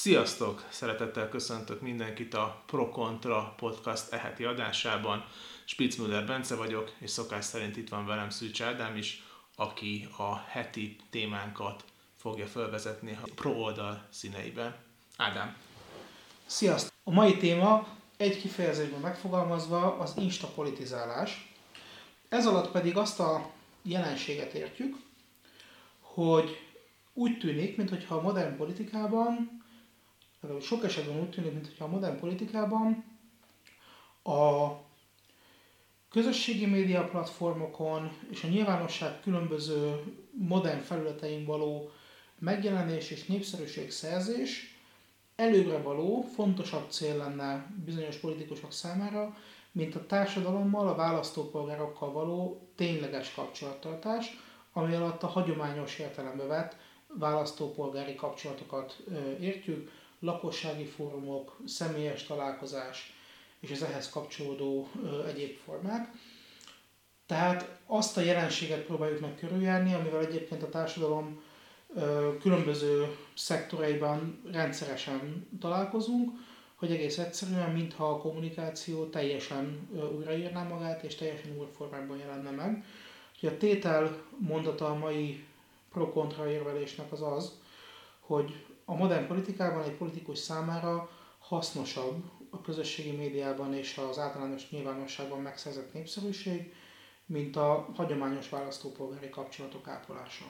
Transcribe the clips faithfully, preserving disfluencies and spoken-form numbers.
Sziasztok! Szeretettel köszöntök mindenkit a Pro Kontra Podcast e-heti adásában. Spitzmüller Bence vagyok, és szokás szerint itt van velem Szűcs Ádám is, aki a heti témánkat fogja felvezetni a Pro oldal színeiben. Ádám! Sziasztok! A mai téma egy kifejezésben megfogalmazva az instapolitizálás. Ez alatt pedig azt a jelenséget értjük, hogy úgy tűnik, mintha a modern politikában, sok esetben úgy tűnik, mintha a modern politikában a közösségi média platformokon és a nyilvánosság különböző modern felületein való megjelenés és népszerűségszerzés előbbre való, fontosabb cél lenne bizonyos politikusok számára, mint a társadalommal, a választópolgárokkal való tényleges kapcsolattartás, ami alatt a hagyományos értelembe vett választópolgári kapcsolatokat értjük, lakossági fórumok, személyes találkozás és az ehhez kapcsolódó egyéb formák. Tehát azt a jelenséget próbáljuk meg körüljárni, amivel egyébként a társadalom különböző szektoraiban rendszeresen találkozunk, hogy egész egyszerűen, mintha a kommunikáció teljesen újraírná magát, és teljesen új formában jelenne meg. A tétel mondata a mai pro-kontra érvelésnek az az, hogy a modern politikában egy politikus számára hasznosabb a közösségi médiában és az általános nyilvánosságban megszerzett népszerűség, mint a hagyományos választópolgári kapcsolatok ápolása.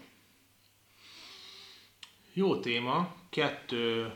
Jó téma, kettő,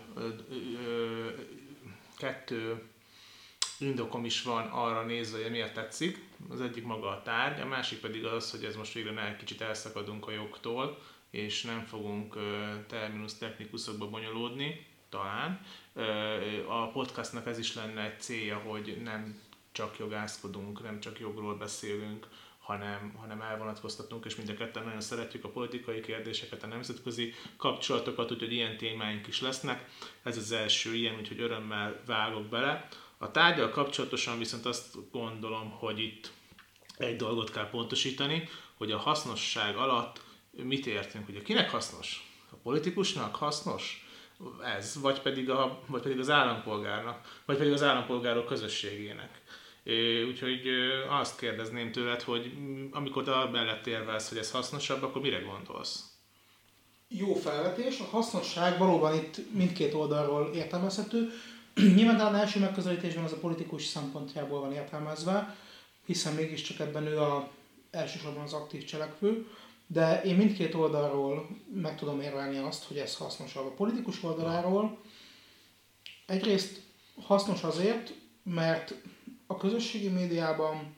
kettő indokom is van arra nézve, hogy miért tetszik. Az egyik maga a tárgy, a másik pedig az, hogy ez most végre egy kicsit elszakadunk a jogtól, és nem fogunk terminus technikusokba bonyolódni, talán. A podcastnak ez is lenne egy célja, hogy nem csak jogászkodunk, nem csak jogról beszélünk, hanem, hanem elvonatkoztatunk, és mind a ketten nagyon szeretjük a politikai kérdéseket, a nemzetközi kapcsolatokat, úgyhogy ilyen témáink is lesznek. Ez az első ilyen, úgyhogy örömmel vágok bele. A tárggyal kapcsolatosan viszont azt gondolom, hogy itt egy dolgot kell pontosítani, hogy a hasznosság alatt mit értünk, hogy kinek hasznos? A politikusnak hasznos? Ez, vagy pedig, a, vagy pedig az állampolgárnak, vagy pedig az állampolgárok közösségének. Úgyhogy azt kérdezném tőled, hogy amikor a mellett érvelsz, hogy ez hasznosabb, akkor mire gondolsz? Jó felvetés. A hasznosság valóban itt mindkét oldalról értelmezhető. Nyilván az első megközelítésben ez a politikus szempontjából van értelmezve, hiszen mégiscsak ebben ő a, elsősorban az aktív cselekvő, de én mindkét oldalról meg tudom érvelni azt, hogy ez hasznosabb. A politikus oldaláról egyrészt hasznos azért, mert a közösségi médiában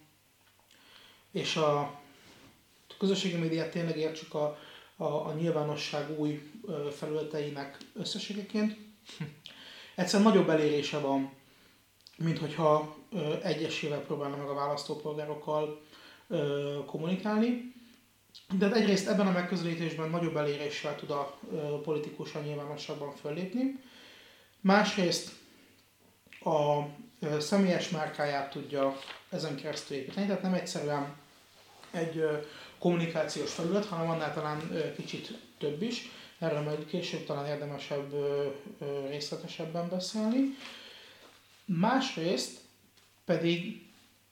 és a, a közösségi médiát tényleg értsük a, a, a nyilvánosság új felületeinek összességeként. Egyszerűen nagyobb elérése van, mint hogyha egyesével próbálna meg a választópolgárokkal kommunikálni. De egyrészt ebben a megközelítésben nagyobb eléréssel tud a politikus a nyilvánosságban föllépni. Másrészt a személyes márkáját tudja ezen keresztül építeni, tehát nem egyszerűen egy kommunikációs felület, hanem annál talán kicsit több is. Erről majd később talán érdemesebb, részletesebben beszélni. Másrészt pedig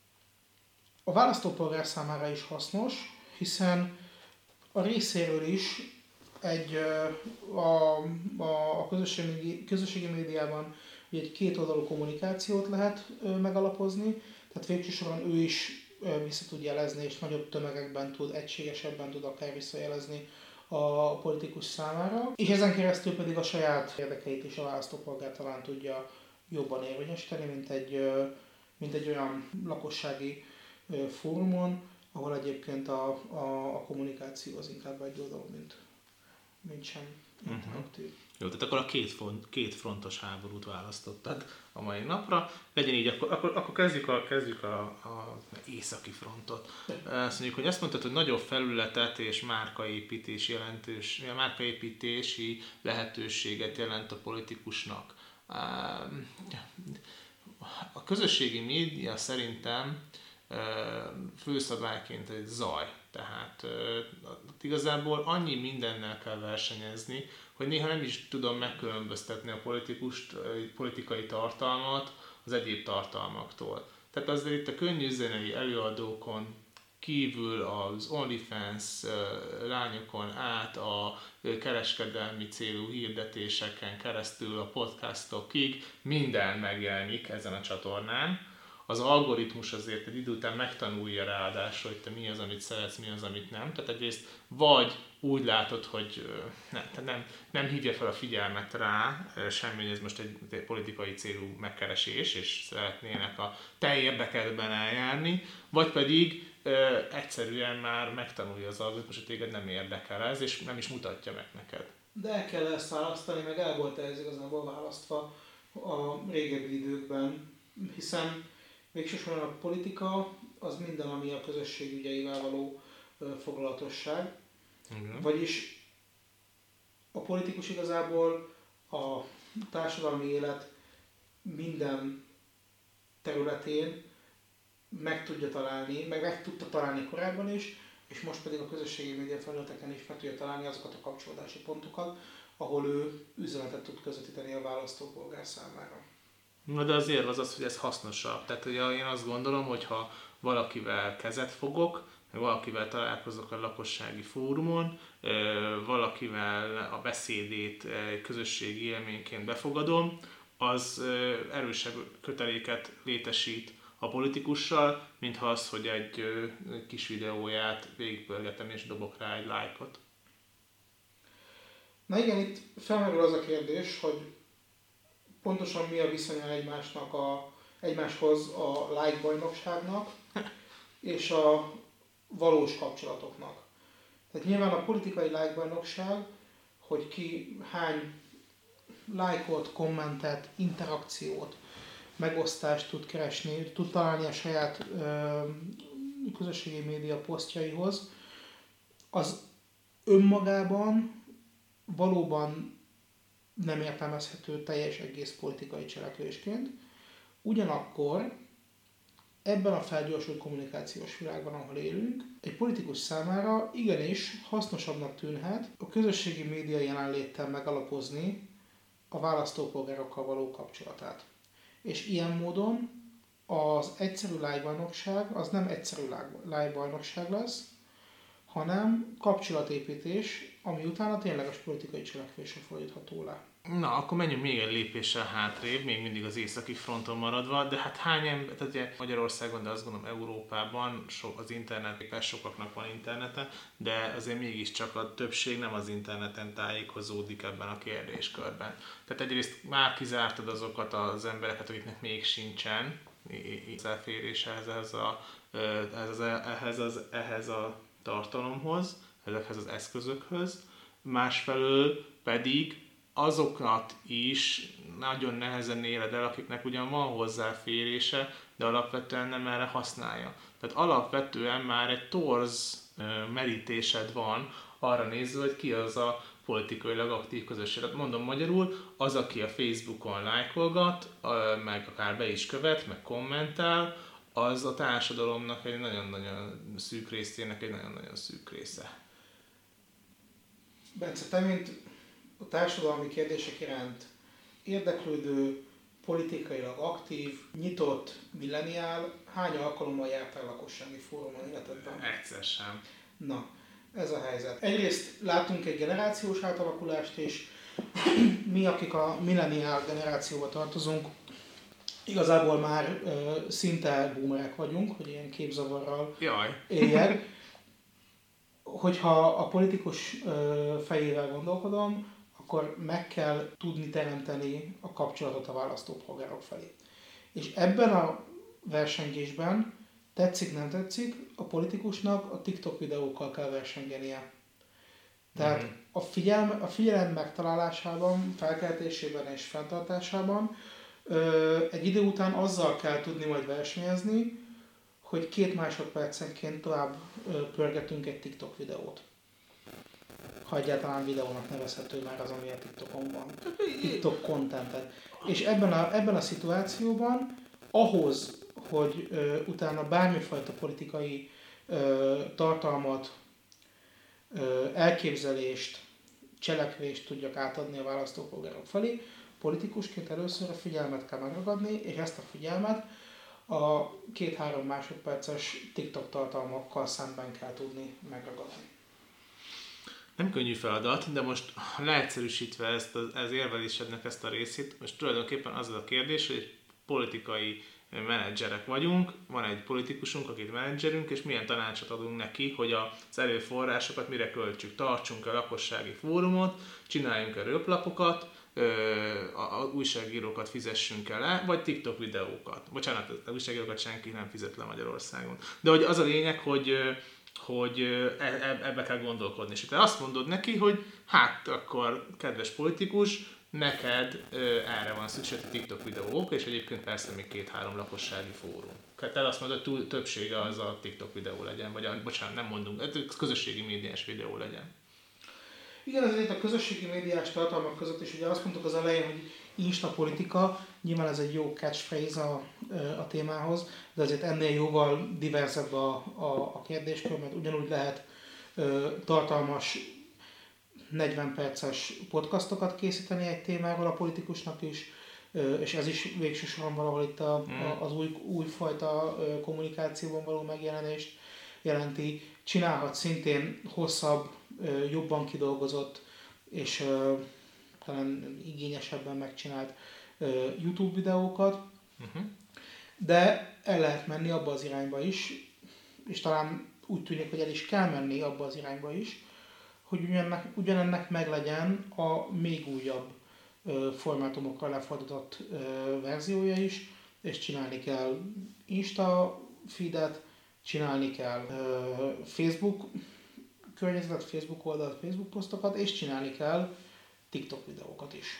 a választópolgár számára is hasznos, hiszen a részéről is egy, a, a közösségi, közösségi médiában egy kétoldalú kommunikációt lehet megalapozni, tehát végső soron ő is vissza tud jelezni, és nagyobb tömegekben tud, egységesebben tud akár visszajelezni a politikus számára, és ezen keresztül pedig a saját érdekeit is a választópolgár talán tudja jobban érvényesíteni, mint egy, mint egy olyan lakossági fórumon, ahol egyébként a, a, a kommunikáció az inkább egy oldalú, mint, mint sem interaktív. Uh-huh. Jó, tehát akkor a két, front, két frontos háborút választottad a mai napra. Legyen így, akkor, akkor, akkor kezdjük, a, kezdjük a, a északi frontot. Azt mondjuk, hogy azt mondtad, hogy nagyobb felületet és márkaépítés jelentős, márkaépítési lehetőséget jelent a politikusnak. A közösségi média szerintem főszabályként egy zaj. Tehát igazából annyi mindennel kell versenyezni, hogy néha nem is tudom megkülönböztetni a politikust, politikai tartalmat az egyéb tartalmaktól. Tehát azért itt a könnyű zenei előadókon kívül az OnlyFans lányokon át a kereskedelmi célú hirdetéseken keresztül a podcastokig minden megjelenik ezen a csatornán. Az algoritmus azért egy idő után megtanulja ráadásul, hogy te mi az, amit szeretsz, mi az, amit nem. Tehát egyrészt vagy úgy látod, hogy nem, nem, nem hívja fel a figyelmet rá semmi, hogy ez most egy, egy politikai célú megkeresés, és szeretnének a te érdekedben eljárni, vagy pedig ö, egyszerűen már megtanulja az algoritmus, hogy téged nem érdekel ez, és nem is mutatja meg neked. De el kell ezt választani, meg el volt ez igazából választva a régebbi időkben, hiszen végsősorban a politika az minden, ami a közösség ügyeivel való foglalatosság. Igen. Vagyis a politikus igazából a társadalmi élet minden területén meg tudja találni, meg meg tudta találni korábban is, és most pedig a közösségi média felületeken is meg tudja találni azokat a kapcsolódási pontokat, ahol ő üzenetet tud közvetíteni a választópolgár számára. Na de az érv az az, hogy ez hasznosabb. Tehát ugye én azt gondolom, hogy ha valakivel kezet fogok, valakivel találkozok a lakossági fórumon, valakivel a beszédét közösségi élményként befogadom, az erősebb köteléket létesít a politikussal, mintha az, hogy egy kis videóját végigpörgetem és dobok rá egy lájkot. Na igen, itt felmerül az a kérdés, hogy pontosan mi a viszonya egymásnak a, egymáshoz a like bajnokságnak és a valós kapcsolatoknak. Tehát nyilván a politikai like bajnokság, hogy ki hány lájkot, kommentet, interakciót, megosztást tud keresni, tud találni a saját ö, közösségi média posztjaihoz, az önmagában valóban nem értelmezhető teljes egész politikai cselekvésként. Ugyanakkor ebben a felgyorsult kommunikációs világban, ahol élünk, egy politikus számára igenis hasznosabbnak tűnhet a közösségi média jelenléttel megalapozni a választópolgárokkal való kapcsolatát. És ilyen módon az egyszerű lájbajnokság az nem egyszerű lájbajnokság lesz, hanem kapcsolatépítés, ami utána tényleges politikai cselekvésre fordítható le. Na, akkor menjünk még egy lépéssel hátrébb, még mindig az északi fronton maradva, de hát hány ember, tehát ugye Magyarországon, de azt gondolom Európában so, az internet, sokaknak van internete, de azért mégiscsak a többség nem az interneten tájékozódik ebben a kérdéskörben. Tehát egyrészt már kizártad azokat az embereket, akiknek még sincsen hozzáférése ehhez a, ehhez, ehhez, az, ehhez a tartalomhoz, ezekhez az eszközökhöz, másfelől pedig azokat is nagyon nehezen éled el, akiknek ugyan van hozzáférése, de alapvetően nem erre használja. Tehát alapvetően már egy torz merítésed van arra nézve, hogy ki az a politikailag aktív közösség. Mondom magyarul, az, aki a Facebookon lájkolgat, meg akár be is követ, meg kommentál, az a társadalomnak egy nagyon-nagyon szűk részének egy nagyon-nagyon szűk része. Bence, te mint a társadalmi kérdések iránt érdeklődő, politikailag aktív, nyitott milleniál, hány alkalommal jártál lakossági fórumon életedben? Egyszer sem. Na, ez a helyzet. Egyrészt látunk egy generációs átalakulást, és mi, akik a milleniál generációba tartozunk, igazából már ö, szinte boomerek vagyunk, hogy ilyen képzavarral éljek. Hogyha a politikus ö, fejével gondolkodom, akkor meg kell tudni teremteni a kapcsolatot a választópolgárok felé. És ebben a versengésben, tetszik, nem tetszik, a politikusnak a TikTok videókkal kell versengenie. Tehát mm-hmm. a, figyelme, a figyelem megtalálásában, felkeltésében és fenntartásában ö, egy idő után azzal kell tudni majd versenyezni, hogy két másodpercenként tovább ö, pörgetünk egy TikTok videót. Ha egyáltalán videónak nevezhető már az, ami a TikTokon van. TikTok contented. És ebben a, ebben a szituációban ahhoz, hogy ö, utána bármifajta politikai ö, tartalmat, ö, elképzelést cselekvést tudjak átadni a választópolgárok felé, politikusként először a figyelmet kell megragadni, és ezt a figyelmet a két-három másodperces TikTok tartalmakkal szemben kell tudni megragadni. Nem könnyű feladat, de most leegyszerűsítve ezt az, az érvelésednek ezt a részét, most tulajdonképpen az a kérdés, hogy politikai menedzserek vagyunk, van egy politikusunk, akit menedzserünk, és milyen tanácsot adunk neki, hogy az erőforrásokat mire költsük. Tartsunk a lakossági fórumot, csináljunk el röplapokat, a újságírókat fizessünk el le, vagy TikTok videókat. Bocsánat, az újságírókat senki nem fizet le Magyarországon. De hogy az a lényeg, hogy, hogy ebbe kell gondolkodni. És te azt mondod neki, hogy hát akkor, kedves politikus, neked erre van szükség, a TikTok videók, és egyébként persze még két-három lakossági fórum. Te azt mondod, hogy többsége az a TikTok videó legyen, vagy a, bocsánat, nem mondunk, ez közösségi médiás videó legyen. Igen, ezért a közösségi médiás tartalmak között is ugye azt mondtuk az elején, hogy instapolitika, nyilván ez egy jó catchphrase a, a témához, de azért ennél jóval diverzebb a, a, a kérdéskör, mert ugyanúgy lehet ö, tartalmas negyven perces podcastokat készíteni egy témáról a politikusnak is, ö, és ez is végső soron valahol itt a, a, az új, újfajta ö, kommunikációban való megjelenést jelenti. Csinálhat szintén hosszabb, jobban kidolgozott és uh, talán igényesebben megcsinált uh, YouTube videókat, uh-huh. de el lehet menni abba az irányba is, és talán úgy tűnik, hogy el is kell menni abba az irányba is, hogy ugyanennek, ugyanennek meglegyen a még újabb uh, formátumokra lefordított uh, verziója is, és csinálni kell Insta feedet, csinálni kell uh, Facebook környezetet, Facebook oldalt, Facebook posztokat, és csinálni kell TikTok videókat is.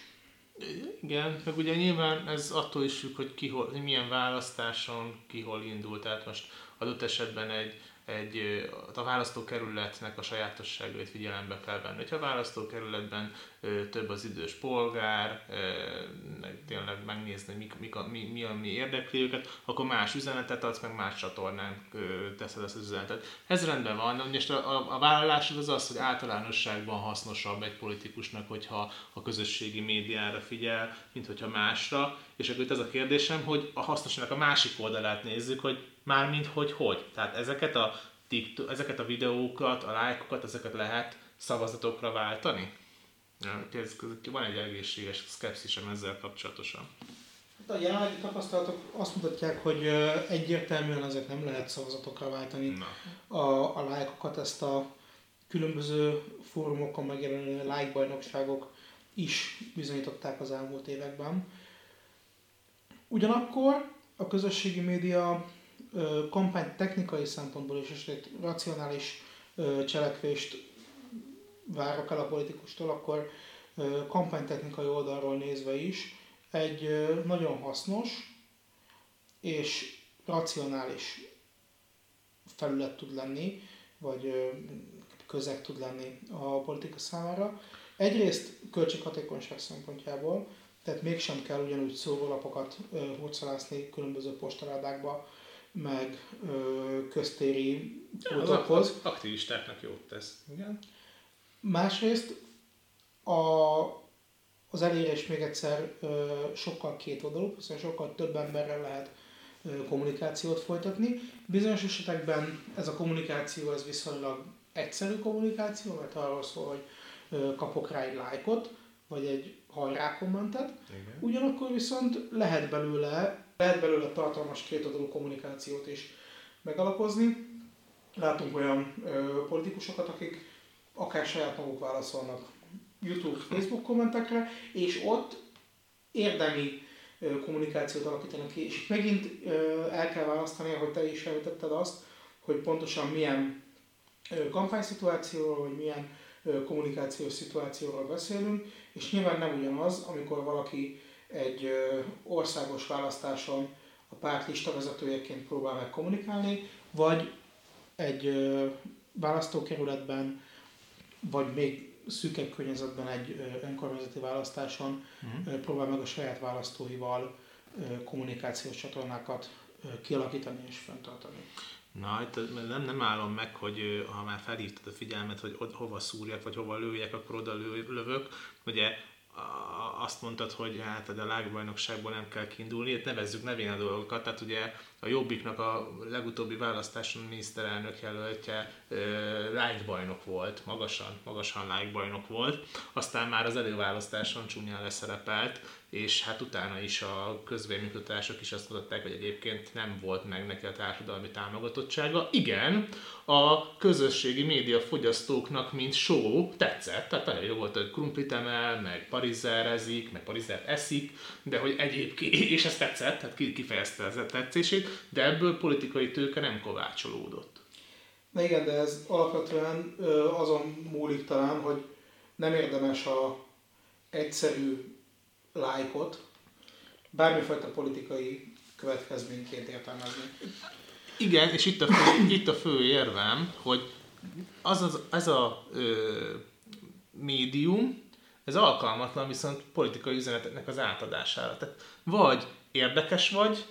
Igen, meg ugye nyilván ez attól is függ, hogy, ki hol, hogy milyen választáson ki hol indul. Tehát most adott esetben egy, egy, a választókerületnek a sajátosságait figyelembe kell venni. Ha a választókerületben több az idős polgár, meg tényleg megnézni, mi, mi, mi, mi, mi érdekli őket, akkor más üzenetet adsz, meg más csatornán teszed ezt az üzenetet. Ez rendben van, és a, a, a vállalásod az az, hogy általánosságban hasznosabb egy politikusnak, hogyha a közösségi médiára figyel, mint hogyha másra. És akkor itt az a kérdésem, hogy a hasznosnak a másik oldalát nézzük, hogy mármint hogy hogy. Tehát ezeket a, TikTok, ezeket a videókat, a lájkokat, ezeket lehet szavazatokra váltani? Ez, van egy egészséges szkepszisem ezzel kapcsolatosan. A jelenlegi tapasztalatok azt mutatják, hogy egyértelműen ezek nem lehet szavazatokra váltani. A, a lájkokat, ezt a különböző fórumokon megjelenő lájkbajnokságok is bizonyították az elmúlt években. Ugyanakkor a közösségi média kampány technikai szempontból is, és egy racionális cselekvést várok el a politikustól, akkor kampánytechnikai oldalról nézve is egy nagyon hasznos és racionális felület tud lenni, vagy közeg tud lenni a politika számára. Egyrészt költséghatékonyság szempontjából, tehát mégsem kell ugyanúgy szórólapokat hurcolászni különböző postaládákba, meg ö, köztéri pultokhoz. Az aktivistáknak jót tesz. Igen. Másrészt a, az elérés még egyszer ö, sokkal kétoldalú, hiszen sokkal több emberrel lehet ö, kommunikációt folytatni. Bizonyos esetekben ez a kommunikáció ez viszonylag egyszerű kommunikáció, mert arról szól, hogy ö, kapok rá egy lájkot, vagy egy hajrá kommentet. Igen. Ugyanakkor viszont lehet belőle Lehet belőle tartalmas kétoldalú kommunikációt is megalapozni. Látunk olyan ö, politikusokat, akik akár saját maguk válaszolnak YouTube, Facebook kommentekre, és ott érdemi ö, kommunikációt alakítanak ki. És itt megint ö, el kell választani, ahogy te is említetted azt, hogy pontosan milyen ö, kampányszituációról, vagy milyen ö, kommunikációs szituációról beszélünk, és nyilván nem ugyanaz, amikor valaki egy ö, országos választáson a párt listavezetőjeként próbál meg kommunikálni, vagy egy ö, választókerületben, vagy még szűkebb környezetben egy ö, önkormányzati választáson uh-huh. ö, próbál meg a saját választóival ö, kommunikációs csatornákat ö, kialakítani és fenntartani. Na, itt nem, nem állom meg, hogy ha már felhívtad a figyelmet, hogy od, hova szúrjak, vagy hova lőjek, akkor oda lő, lövök. Ugye azt mondtad, hogy hát a lágbajnokságból nem kell kiindulni, itt nevezzük nevén a dolgokat, tehát ugye a Jobbiknak a legutóbbi választáson miniszterelnök jelöltje lájkbajnok volt, magasan, magasan lájkbajnok volt, aztán már az előválasztáson csúnyán leszerepelt, és hát utána is a közvéleménykutatások is azt mutatták, hogy egyébként nem volt meg neki a társadalmi támogatottsága. Igen, a közösségi média fogyasztóknak, mint show tetszett, tehát nagyon jó volt, hogy krumplit emel, meg parizerezik, meg parizer eszik, de hogy egyébként, és ez tetszett, tehát kifejezte ez a tetszését, de ebből politikai tőke nem kovácsolódott. Na igen, de ez alapvetően azon múlik talán, hogy nem érdemes a egyszerű lájkot bármifajta politikai következményként értelmezni. Igen, és itt a fő, itt a fő érvem, hogy az, az, ez a ö, médium, ez alkalmatlan viszont politikai üzeneteknek az átadására. Tehát vagy érdekes vagy,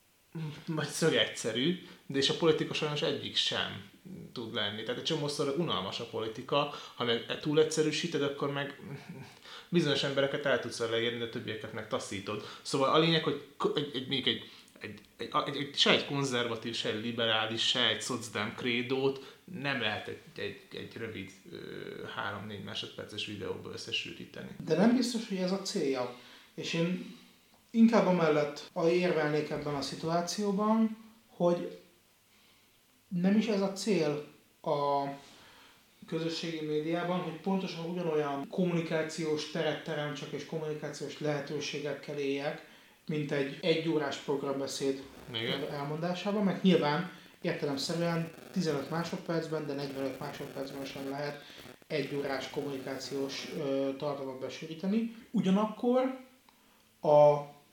vagy szög egyszerű, de és a politika sajnos egyik sem tud lenni. Tehát egy csomószor unalmas a politika, ha meg túl egyszerűsíted, akkor meg bizonyos embereket el tudsz vele érni, de többieket meg taszítod. Szóval a lényeg, hogy egy, egy, egy, egy, egy, egy, egy, se egy konzervatív, se egy liberális, se egy szocdem krédót nem lehet egy, egy, egy rövid három-négy másodperces videóba összesűríteni. De nem biztos, hogy ez a célja. És én inkább amellett érvelnék ebben a szituációban, hogy nem is ez a cél a közösségi médiában, hogy pontosan ugyanolyan kommunikációs teret teremtsek és kommunikációs lehetőségekkel éljek, mint egy egyórás programbeszéd Igen. elmondásában, mert nyilván értelemszerűen tizenöt másodpercben, de negyvenöt másodpercben sem lehet egyórás kommunikációs ö, tartalmat besűríteni. Ugyanakkor a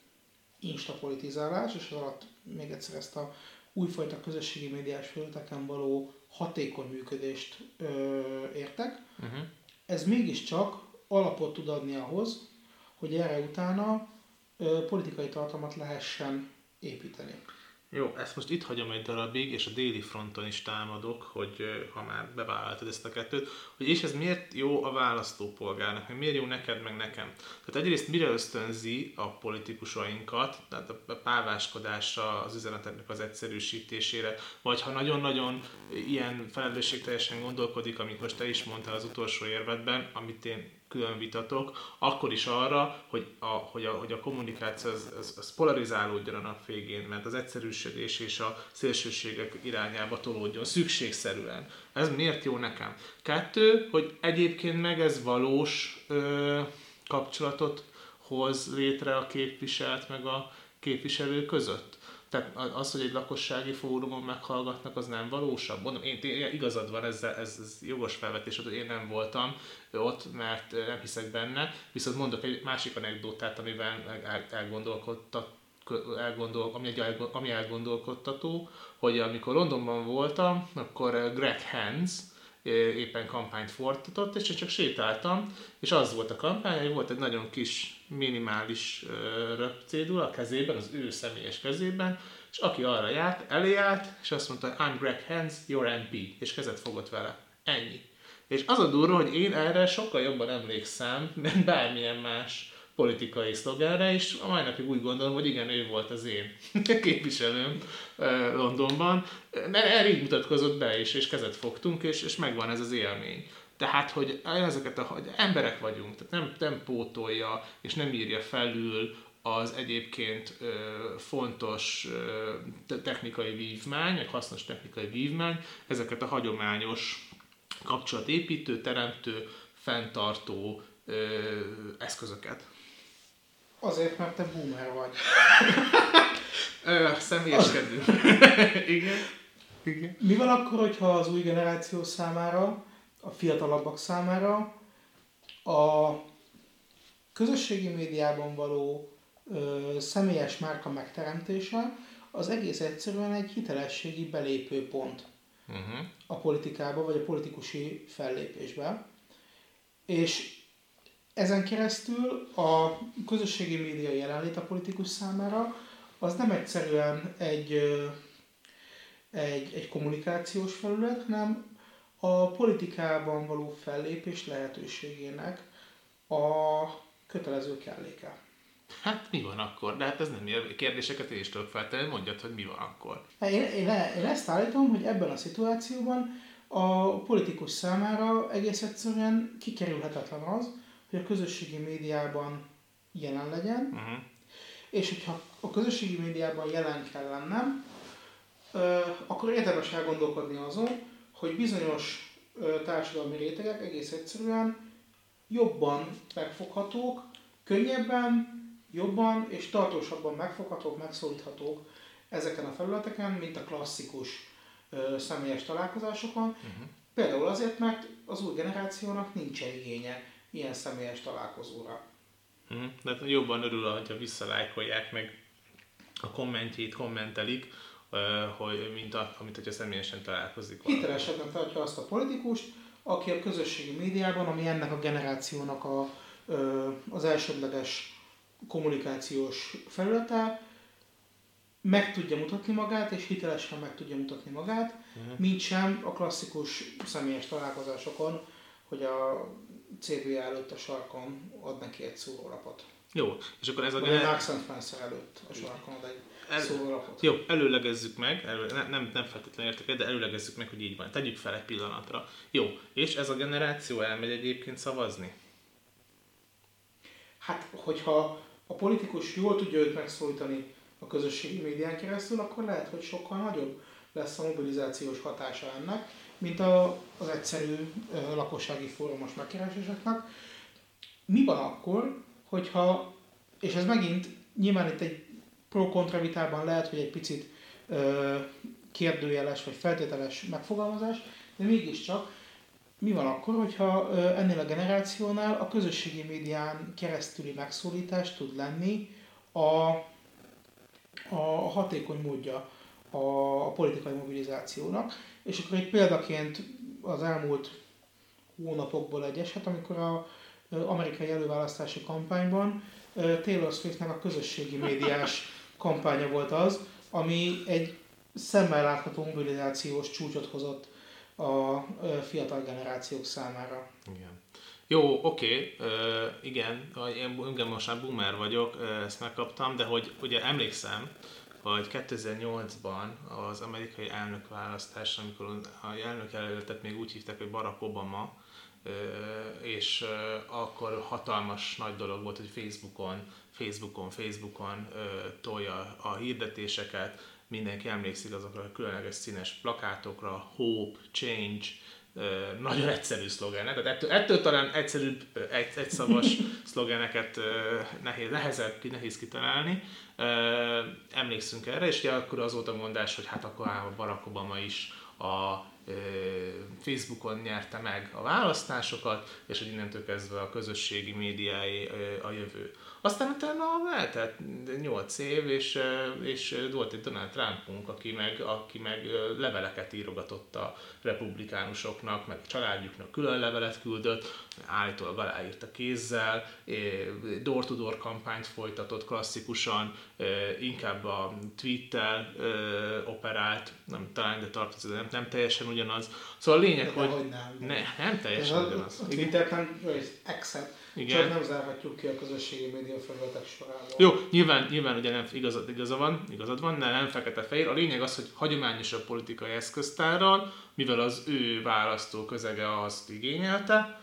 instapolitizálás, és az alatt még egyszer ezt a újfajta közösségi médiás felületeken való hatékony működést ö, értek. Uh-huh. Ez mégiscsak alapot tud adni ahhoz, hogy erre utána ö, politikai tartalmat lehessen építeni. Jó, ezt most itt hagyom egy darabig, és a déli fronton is támadok, hogy ha már bevállaltad ezt a kettőt, hogy és ez miért jó a választópolgárnak, meg miért jó neked, meg nekem. Tehát egyrészt mire ösztönzi a politikusainkat, tehát a páváskodásra, az üzeneteknek az egyszerűsítésére, vagy ha nagyon-nagyon ilyen felelősségteljesen gondolkodik, amit most te is mondtál az utolsó érvedben, amit én külön vitatok, akkor is arra, hogy a, hogy a, hogy a kommunikáció az, az, az polarizálódjon a nap végén, mert az egyszerűsödés és a szélsőségek irányába tolódjon szükségszerűen. Ez miért jó nekem? Kettő, hogy egyébként meg ez valós ö, kapcsolatot hoz létre a képviselt meg a képviselő között. Tehát az, hogy egy lakossági fórumon meghallgatnak, az nem valósabb. Mondom, én, én igazad van, ez, ez, ez jogos felvetés, hogy én nem voltam ott, mert nem hiszek benne. Viszont mondok egy másik anekdótát, amiben elgondolkodtat, elgondol, ami, egy, ami elgondolkodtató, hogy amikor Londonban voltam, akkor Greg Hands éppen kampányt folytatott, és én csak sétáltam, és az volt a kampány, hogy volt egy nagyon kis, minimális röpcédula a kezében, az ő személyes kezében, és aki arra járt, elé állt, és azt mondta, I'm Greg Hands, you're em pé, és kezet fogott vele. Ennyi. És az a durva, hogy én erre sokkal jobban emlékszem, mint bármilyen más politikai szlogenre, és a mai napig úgy gondolom, hogy igen, ő volt az én képviselőm Londonban, mert erre így mutatkozott be is, és kezet fogtunk, és, és megvan ez az élmény. Tehát, hogy ezeket a hogy emberek vagyunk, tehát nem, nem pótolja, és nem írja felül az egyébként ö, fontos ö, technikai vívmány, egy hasznos technikai vívmány, ezeket a hagyományos kapcsolatépítő, teremtő, fenntartó ö, eszközöket. Azért, mert te boomer vagy. Ö, személyeskedő. Igen. Igen. Mi van akkor, hogyha az új generáció számára, a fiatalabbak számára a közösségi médiában való ö, személyes márka megteremtése az egész egyszerűen egy hitelességi belépőpont uh-huh. a politikába, vagy a politikusi fellépésbe. És ezen keresztül a közösségi média jelenlét a politikus számára az nem egyszerűen egy ö, egy, egy kommunikációs felület, hanem a politikában való fellépés lehetőségének a kötelező kelléke. Hát mi van akkor? De hát ez nem ilyen kérdéseket én is tudok feltenni, mondjad, hogy mi van akkor. Én, én, én ezt állítom, hogy ebben a szituációban a politikus számára egész egyszerűen kikerülhetetlen az, hogy a közösségi médiában jelen legyen, uh-huh. és hogyha a közösségi médiában jelen kell lennem, akkor érdemes elgondolkodni azon, hogy bizonyos társadalmi rétegek egész egyszerűen jobban megfoghatók, könnyebben, jobban és tartósabban megfoghatók, megszólíthatók ezeken a felületeken, mint a klasszikus ö, személyes találkozásokon. Uh-huh. Például azért, mert az új generációnak nincsen igénye ilyen személyes találkozóra. Uh-huh. De jobban örül, hogyha visszalájkolják meg a kommentjét, kommentelik, uh, hogy, mint, a, mint hogyha személyesen találkozik. Hitelesebben tartja azt a politikust, aki a közösségi médiában, ami ennek a generációnak a, ö, az elsődleges kommunikációs felülete, meg tudja mutatni magát, és hitelesen meg tudja mutatni magát, uh-huh. mint sem a klasszikus személyes találkozásokon, hogy a cé bé előtt a sarkon ad neki egy szórólapot. Jó, és akkor ez a... Vagy a Marks and Spencer előtt a sarkon ad egy El... szórólapot. Jó, előlegezzük meg, elő, nem, nem, nem feltétlenül értek, de előlegezzük meg, hogy így van. Tegyük fel egy pillanatra. Jó, és ez a generáció elmegy egyébként szavazni? Hát, hogyha a politikus jól tudja őt megszólítani a közösségi médián keresztül, akkor lehet, hogy sokkal nagyobb lesz a mobilizációs hatása ennek, mint a, az egyszerű ö, lakossági fórumos megkereséseknek. Mi van akkor, hogyha, és ez megint nyilván itt egy pro-kontra vitában lehet, hogy egy picit ö, kérdőjeles vagy feltételes megfogalmazás, de mégiscsak mi van akkor, hogyha ö, ennél a generációnál a közösségi médián keresztüli megszólítás tud lenni a a hatékony módja a politikai mobilizációnak. És akkor egy példaként az elmúlt hónapokból egy eset, amikor az amerikai előválasztási kampányban Taylor Swiftnek a közösségi médiás kampánya volt az, ami egy szemmel látható mobilizációs csúcsot hozott a fiatal generációk számára. Igen. Jó, oké, okay. uh, igen, én igen, most már boomer vagyok, uh, ezt megkaptam, de hogy ugye emlékszem, hogy kétezer-nyolcban az amerikai elnökválasztás, amikor a elnök jelöltet még úgy hívták, hogy Barack Obama, uh, és uh, akkor hatalmas nagy dolog volt, hogy Facebookon, Facebookon, Facebookon uh, tolja a hirdetéseket, mindenki emlékszik azokra a különleges színes plakátokra, Hope, Change, Uh, nagyon egyszerű szlogenek, tehát ettől, ettől talán egyszerűbb, egy, egyszavas szlogeneket uh, nehéz, nehezebb, nehéz kitalálni. Uh, emlékszünk erre, és ugye akkor az volt a mondás, hogy hát akkor a Barack Obama is a uh, Facebookon nyerte meg a választásokat, és hogy innentől kezdve a közösségi médiái uh, a jövő. Aztán utána eltelt nyolc év, és, és volt egy Donald Trumpunk, aki meg, aki meg leveleket írogatott a republikánusoknak, meg a családjuknak külön levelet küldött, állítólag aláírta kézzel, door-to-door kampányt folytatott klasszikusan, inkább a tweettel operált, nem talán, de tartozik, nem, nem teljesen ugyanaz. Szóval a lényeg, de hogy, hogy nem, ne, nem teljesen a, ugyanaz. A Twittert nem, X-et. Igen. Csak nem zárhatjuk ki a közösségi média felületek sorában. Jó, nyilván, nyilván ugye nem igazad, igaza van, igazad van, nem, nem fekete-fehér. A lényeg az, hogy hagyományosabb politikai eszköztárral, mivel az ő választó közege azt igényelte,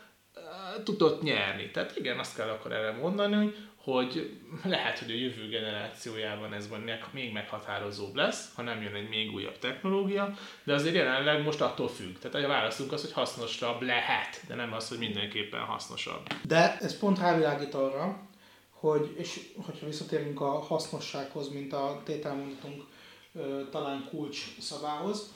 tudott nyerni. Tehát igen, azt kell akkor erre mondani, hogy lehet, hogy a jövő generációjában ez még meghatározóbb lesz, ha nem jön egy még újabb technológia, de azért jelenleg most attól függ. Tehát a válaszunk az, hogy hasznosabb lehet, de nem az, hogy mindenképpen hasznosabb. De ez pont rávilágít arra, hogy, és hogyha visszatérünk a hasznossághoz, mint a tételmondatunk talán kulcs szavához,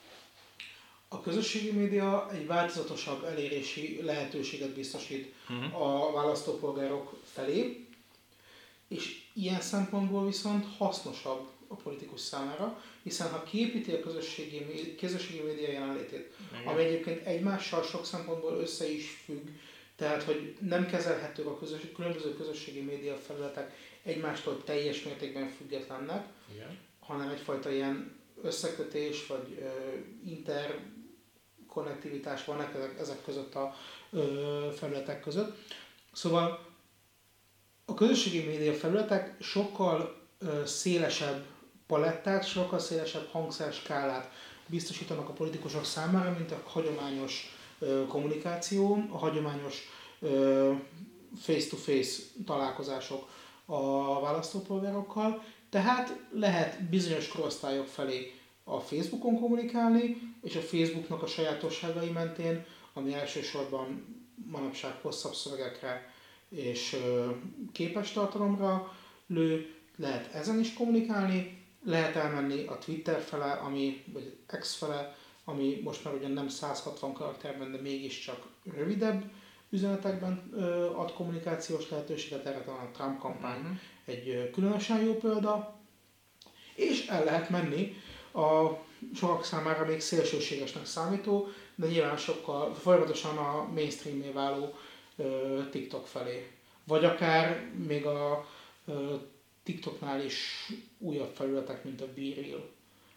a közösségi média egy változatosabb elérési lehetőséget biztosít uh-huh. a választópolgárok felé, és ilyen szempontból viszont hasznosabb a politikus számára, hiszen ha kiépíti a közösségi, közösségi média jelenlétét, uh-huh. ami egyébként egymással sok szempontból össze is függ, tehát hogy nem kezelhetők a közös, különböző közösségi média felületek egymástól teljes mértékben függetlennek, uh-huh. hanem egyfajta ilyen összekötés, vagy interkonnektivitás van ezek között a felületek között. Szóval a közösségi média felületek sokkal szélesebb palettát, sokkal szélesebb hangszerskálát biztosítanak a politikusok számára, mint a hagyományos kommunikáció, a hagyományos face-to-face találkozások a választópolgárokkal. Tehát lehet bizonyos korosztályok felé a Facebookon kommunikálni, és a Facebooknak a sajátosságai mentén, ami elsősorban manapság hosszabb szövegekre és képes tartalomra lő, lehet ezen is kommunikálni, lehet elmenni a Twitter fele, ami, vagy X fele, ami most már ugyan nem száz hatvan karakterben, de mégiscsak rövidebb üzenetekben ad kommunikációs lehetőséget, erre talán a Trump kampány uh-huh. egy különösen jó példa, és el lehet menni a sokak számára még szélsőségesnek számító, de nyilván sokkal folyamatosan a mainstream-é váló uh, TikTok felé. Vagy akár még a uh, TikToknál is újabb felületek, mint a BeReal.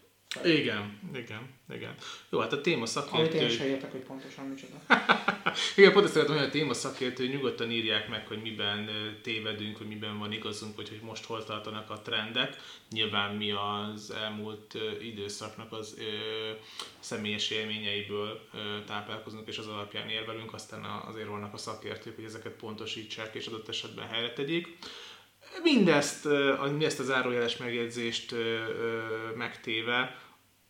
Igen, igen, igen. Jó, hát a téma szakértő... Amit én sem értek, hogy pontosan micsoda. Igen, pont ezt szeretem, hogy a téma szakértő nyugodtan írják meg, hogy miben tévedünk, hogy miben van igazunk, vagy hogy most hol tartanak a trendek. Nyilván mi az elmúlt időszaknak az ö, személyes élményeiből ö, táplálkozunk, és az alapján érvelünk, aztán azért vannak a szakértők, hogy ezeket pontosítsák, és adott esetben helyre tegyék. Mindezt, mindezt az zárójeles megjegyzést megtéve,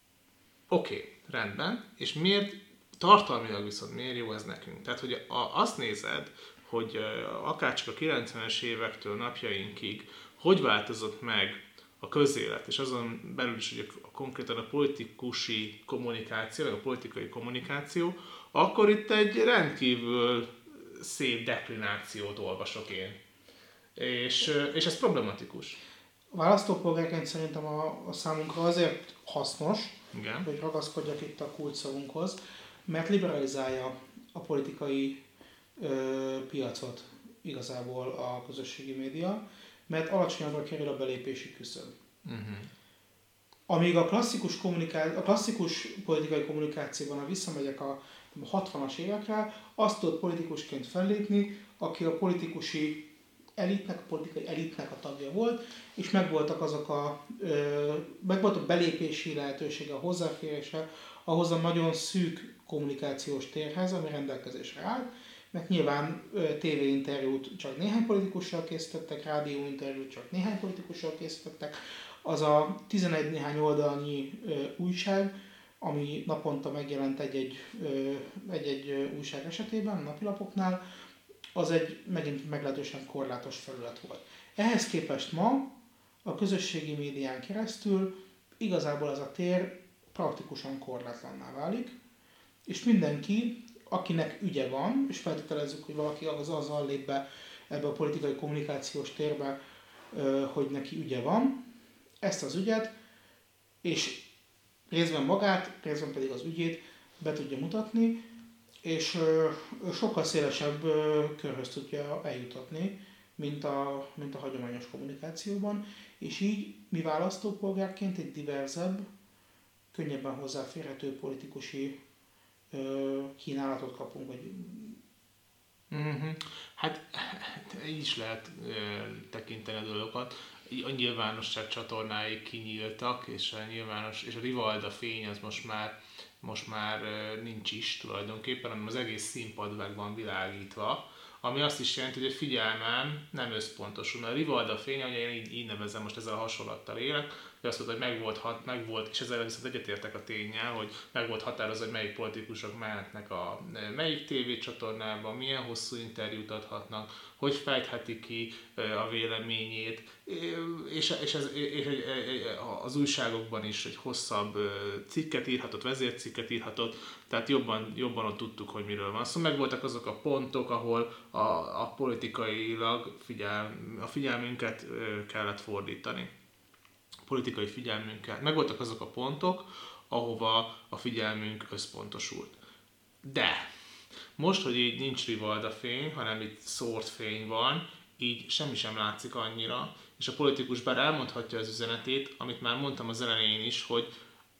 oké, okay, rendben, és miért, tartalmilag viszont miért jó ez nekünk? Tehát, hogy azt nézed, hogy akárcsak a kilencvenes évektől napjainkig, hogy változott meg a közélet, és azon belül is ugye a, konkrétan a politikusi kommunikáció, vagy a politikai kommunikáció, akkor itt egy rendkívül szép deklinációt olvasok én. És, és ez problematikus. A választópolgárként szerintem a, a számunkra azért hasznos, igen, hogy ragaszkodjak itt a kulcsszavankhoz, mert liberalizálja a politikai ö, piacot igazából a közösségi média, mert alacsonyabbra kerül a belépési küszöb. Uh-huh. Amíg a klasszikus, kommuniká- a klasszikus politikai kommunikációban, ha visszamegyek a hatvanas évekre, azt tudott politikusként fellépni, aki a politikusi elitnek, a politikai elitnek a tagja volt, és megvoltak azok a, ö, megvolt a belépési lehetősége, a hozzáférése ahhoz a nagyon szűk kommunikációs térhez, ami rendelkezésre áll, mert nyilván ö, tévéinterjút csak néhány politikussal készítettek, rádióinterjút csak néhány politikussal készítettek, az a tizenegy néhány oldalnyi ö, újság, ami naponta megjelent egy-egy, ö, egy-egy újság esetében, napilapoknál, az egy megint meglehetősen korlátos felület volt. Ehhez képest ma a közösségi médián keresztül igazából ez a tér praktikusan korlátlanná válik, és mindenki, akinek ügye van, és feltételezzük, hogy valaki az azzal lép be ebbe a politikai kommunikációs térbe, hogy neki ügye van, ezt az ügyet, és részben magát, részben pedig az ügyét be tudja mutatni, és sokkal szélesebb körhöz tudja eljutatni, mint a, mint a hagyományos kommunikációban, és így mi választópolgárként egy diverzebb, könnyebben hozzáférhető politikusi kínálatot kapunk. Vagy... Mm-hmm. Hát így is lehet ö, tekinteni a dolgokat. A nyilvánosság csatornái kinyíltak, és a nyilvános, és a Rivalda fény az most már most már nincs is tulajdonképpen, hanem az egész színpad meg van világítva, ami azt is jelenti, hogy a figyelmem nem összpontosul. Mert a Rivalda fény, ahogy én így, így nevezem, most ezzel a hasonlattal élek, hogy azt mondta, hogy megvolt, hat, megvolt, és ezzel viszont egyetértek a ténnyel, hogy meg volt határozva, hogy melyik politikusok mehetnek a melyik tévécsatornában, milyen hosszú interjút adhatnak, hogy fejtheti ki a véleményét, és, és, ez, és az újságokban is egy hosszabb cikket írhatott, vezércikket írhatott, tehát jobban, jobban ott tudtuk, hogy miről van szó. Szóval megvoltak azok a pontok, ahol a, a politikailag figyel, a figyelmünket kellett fordítani. Politikai figyelmünket. Megvoltak azok a pontok, ahova a figyelmünk összpontosult. De most, hogy így nincs Rivalda fény, hanem itt szórt fény van, így semmi sem látszik annyira, és a politikus bár elmondhatja az üzenetét, amit már mondtam az elején is, hogy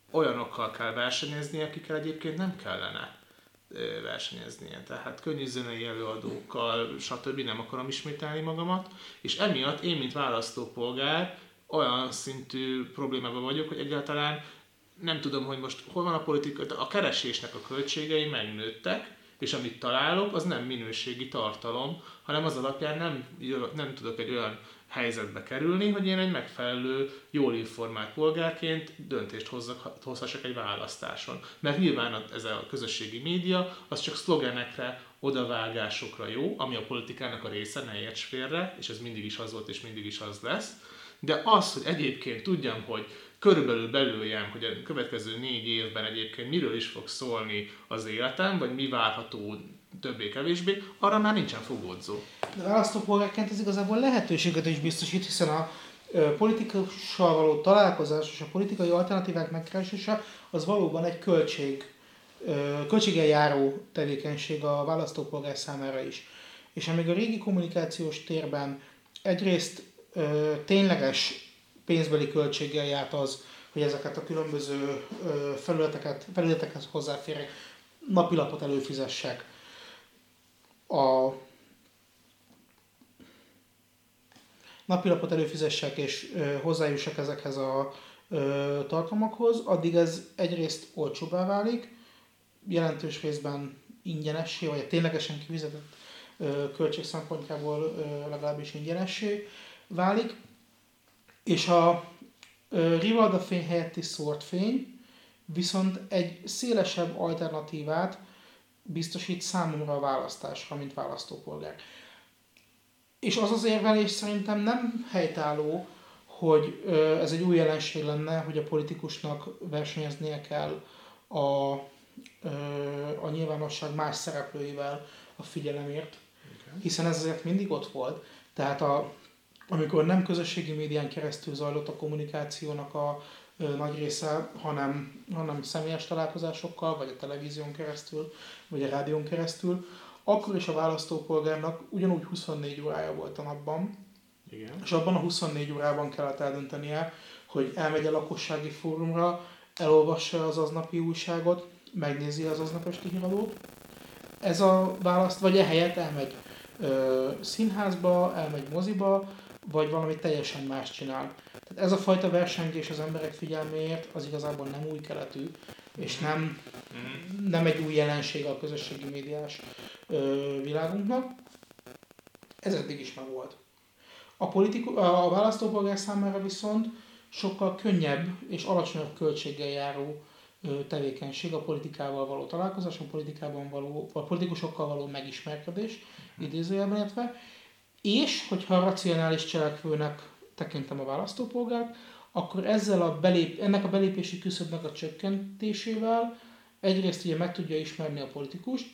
olyanokkal kell versenyezni, akikkel egyébként nem kellene versenyeznie. Tehát könnyűzenei előadókkal, stb. Nem akarom ismételni magamat, és emiatt én, mint választópolgár, olyan szintű problémában vagyok, hogy egyáltalán nem tudom, hogy most hol van a politika, a keresésnek a költségei megnőttek, és amit találok, az nem minőségi tartalom, hanem az alapján nem, nem tudok egy olyan helyzetbe kerülni, hogy én egy megfelelő, jól informált polgárként döntést hozzak, hozhassak egy választáson. Mert nyilván ez a közösségi média, az csak szlogenekre, odavágásokra jó, ami a politikának a része, ne érts félre, és ez mindig is az volt, és mindig is az lesz. De az, hogy egyébként tudjam, hogy körülbelül belőjem, hogy a következő négy évben egyébként miről is fog szólni az életem, vagy mi várható többé-kevésbé, arra már nincsen fogódzó. De választópolgárként ez igazából lehetőséget is biztosít, hiszen a politikussal való találkozás és a politikai alternatívák megkeresése az valóban egy költség, költséggel járó tevékenység a választópolgár számára is. És amíg a régi kommunikációs térben egyrészt tényleges pénzbeli költséggel járt az, hogy ezeket a különböző felületeket, felületekhez hozzáférjek, napilapot előfizessek, a napilapot előfizessek és hozzájussak ezekhez a tartalmakhoz, addig ez egyrészt olcsóbbá válik, jelentős részben ingyenessé, vagy a ténylegesen kifizetett költség szempontjából legalábbis ingyenessé válik, és a rivalda fény helyetti szórt fény viszont egy szélesebb alternatívát biztosít számomra a választásra, mint választópolgár. És az az érvelés szerintem nem helytálló, hogy ez egy új jelenség lenne, hogy a politikusnak versenyeznie kell a, a nyilvánosság más szereplőivel a figyelemért, hiszen ez azért mindig ott volt. Tehát a, amikor nem közösségi médián keresztül zajlott a kommunikációnak a nagy része, hanem, hanem személyes találkozásokkal, vagy a televízión keresztül, vagy a rádión keresztül, akkor is a választópolgárnak ugyanúgy huszonnégy órája volt a napban, igen. És abban a huszonnégy órában kellett eldöntenie, hogy elmegy a lakossági fórumra, elolvassa az aznapi újságot, megnézi az aznap esti híradót. Ez a választ, vagy ehelyett elmegy ö, színházba, elmegy moziba, vagy valami teljesen más csinál. Tehát ez a fajta versengés az emberek figyelméért az igazából nem új keletű, és nem, nem egy új jelenség a közösségi médiás ö, világunknak. Ez eddig is meg volt. A, politiku, a választópolgár számára viszont sokkal könnyebb és alacsonyabb költséggel járó ö, tevékenység a politikával való találkozás, a politikában való, a politikusokkal való megismerkedés, idézőjelben értve. És, hogyha racionális cselekvőnek tekintem a választópolgárt, akkor ezzel a belép, ennek a belépési küszöbnek a csökkentésével egyrészt ugye meg tudja ismerni a politikust,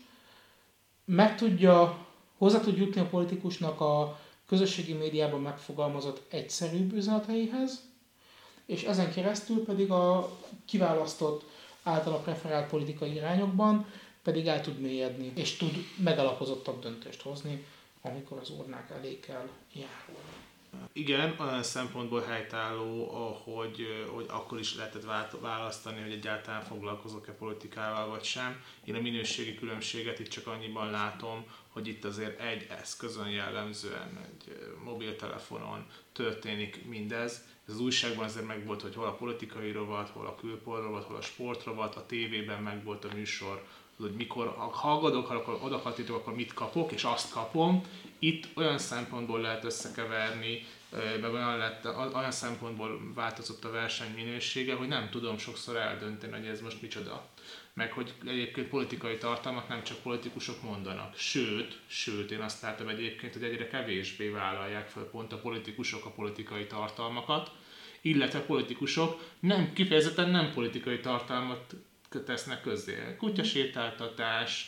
meg tudja, hozzá tud jutni a politikusnak a közösségi médiában megfogalmazott egyszerűbb üzeneteihez, és ezen keresztül pedig a kiválasztott, általa preferált politikai irányokban pedig el tud mélyedni, és tud megalapozottabb döntést hozni, amikor az urnák elé kell járulni. Igen, olyan szempontból helytálló, hogy, hogy akkor is lehetett választani, hogy egyáltalán foglalkozok-e politikával vagy sem. Én a minőségi különbséget itt csak annyiban látom, hogy itt azért egy eszközön jellemzően, egy mobiltelefonon történik mindez. Ez az újságban azért megvolt, hogy hol a politikai rovat, hol a külpolrovat, hol a sportrovat, a tévében megvolt a műsor, hogy mikor hallgatok, akkor odahatítok, akkor mit kapok, és azt kapom. Itt olyan szempontból lehet összekeverni, meg olyan, lett, olyan szempontból változott a verseny minősége, hogy nem tudom sokszor eldönteni, hogy ez most micsoda. Meg hogy egyébként politikai tartalmat nem csak politikusok mondanak. Sőt, sőt, én azt látom egyébként, hogy egyre kevésbé vállalják fel pont a politikusok a politikai tartalmakat, illetve a politikusok nem, kifejezetten nem politikai tartalmat tesznek közzé. Kutyasétáltatás,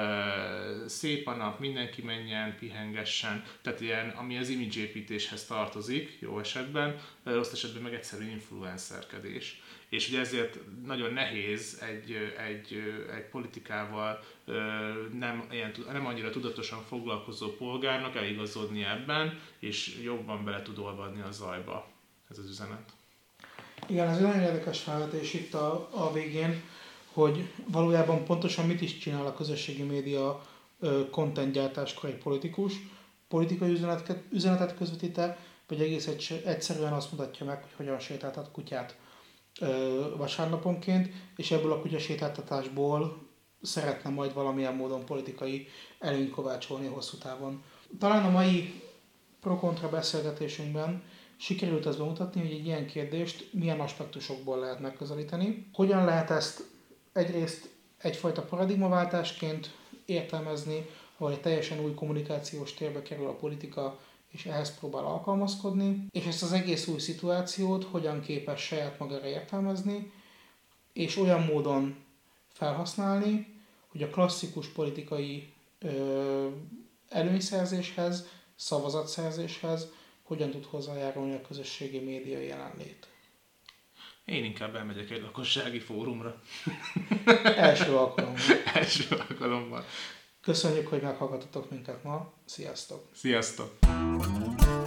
szép a nap, mindenki menjen, pihengessen, tehát ilyen, ami az imidzsépítéshez tartozik, jó esetben, rossz esetben meg egyszerű influencerkedés. És ugye ezért nagyon nehéz egy, egy, egy politikával nem, ilyen, nem annyira tudatosan foglalkozó polgárnak eligazodni ebben, és jobban bele tud olvadni a zajba ez az üzenet. Igen, ez egy nagyon érdekes felvetés itt a, a végén, hogy valójában pontosan mit is csinál a közösségi média contentgyártáskor egy politikus, politikai üzenetet, üzenetet közvetít-e, vagy egész egyszerűen azt mutatja meg, hogy hogyan sétáltat kutyát ö, vasárnaponként, és ebből a kutyasétáltatásból szeretne majd valamilyen módon politikai előnyt kovácsolni hosszú távon. Talán a mai pro-kontra beszélgetésünkben sikerült ezt bemutatni, hogy egy ilyen kérdést milyen aspektusokból lehet megközelíteni. Hogyan lehet ezt egyrészt egyfajta paradigmaváltásként értelmezni, ahol egy teljesen új kommunikációs térbe kerül a politika, és ehhez próbál alkalmazkodni, és ezt az egész új szituációt hogyan képes saját magára értelmezni, és olyan módon felhasználni, hogy a klasszikus politikai ö, előnyszerzéshez, szavazatszerzéshez hogyan tud hozzájárulni a közösségi média jelenlét. Én inkább elmegyek egy lakossági fórumra. Első alkalommal. Első alkalommal. Köszönjük, hogy meghallgattatok minket ma. Sziasztok! Sziasztok!